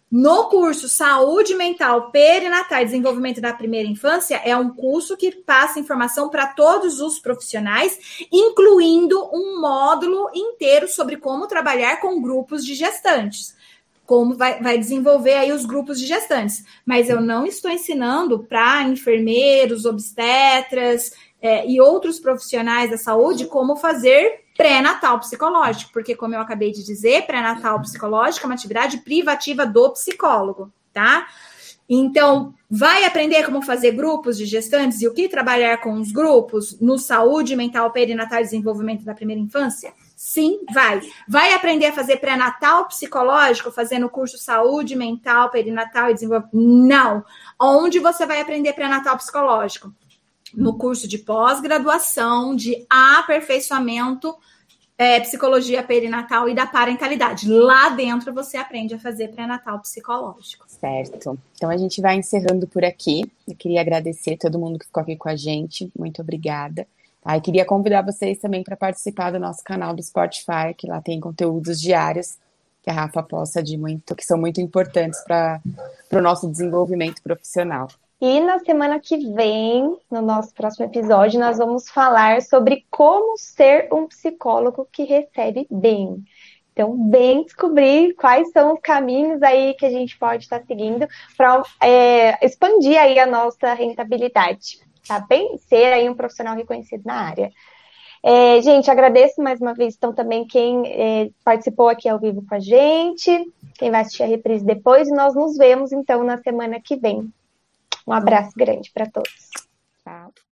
No curso Saúde Mental Perinatal e Desenvolvimento da Primeira Infância, é um curso que passa informação para todos os profissionais, incluindo um módulo inteiro sobre como trabalhar com grupos de gestantes. Como vai desenvolver aí os grupos de gestantes. Mas eu não estou ensinando para enfermeiros, obstetras e outros profissionais da saúde como fazer pré-natal psicológico, porque, como eu acabei de dizer, pré-natal psicológico é uma atividade privativa do psicólogo, tá? Então, vai aprender como fazer grupos de gestantes e o que trabalhar com os grupos no Saúde Mental Perinatal e Desenvolvimento da Primeira Infância? Sim, vai. Vai aprender a fazer pré-natal psicológico, fazendo o curso Saúde Mental Perinatal e Desenvolvimento? Não. Onde você vai aprender pré-natal psicológico? No curso de pós-graduação de aperfeiçoamento psicologia perinatal e da parentalidade. Lá dentro você aprende a fazer pré-natal psicológico. Certo. Então a gente vai encerrando por aqui. Eu queria agradecer todo mundo que ficou aqui com a gente. Muito obrigada. Tá? E queria convidar vocês também para participar do nosso canal do Spotify, que lá tem conteúdos diários que a Rafa posta que são muito importantes para o nosso desenvolvimento profissional. E na semana que vem, no nosso próximo episódio, nós vamos falar sobre como ser um psicólogo que recebe bem. Então, bem descobrir quais são os caminhos aí que a gente pode estar seguindo para expandir aí a nossa rentabilidade, tá bem? Ser aí um profissional reconhecido na área. Gente, agradeço mais uma vez, então, também quem participou aqui ao vivo com a gente, quem vai assistir a reprise depois, e nós nos vemos, então, na semana que vem. Um abraço grande para todos. Tchau.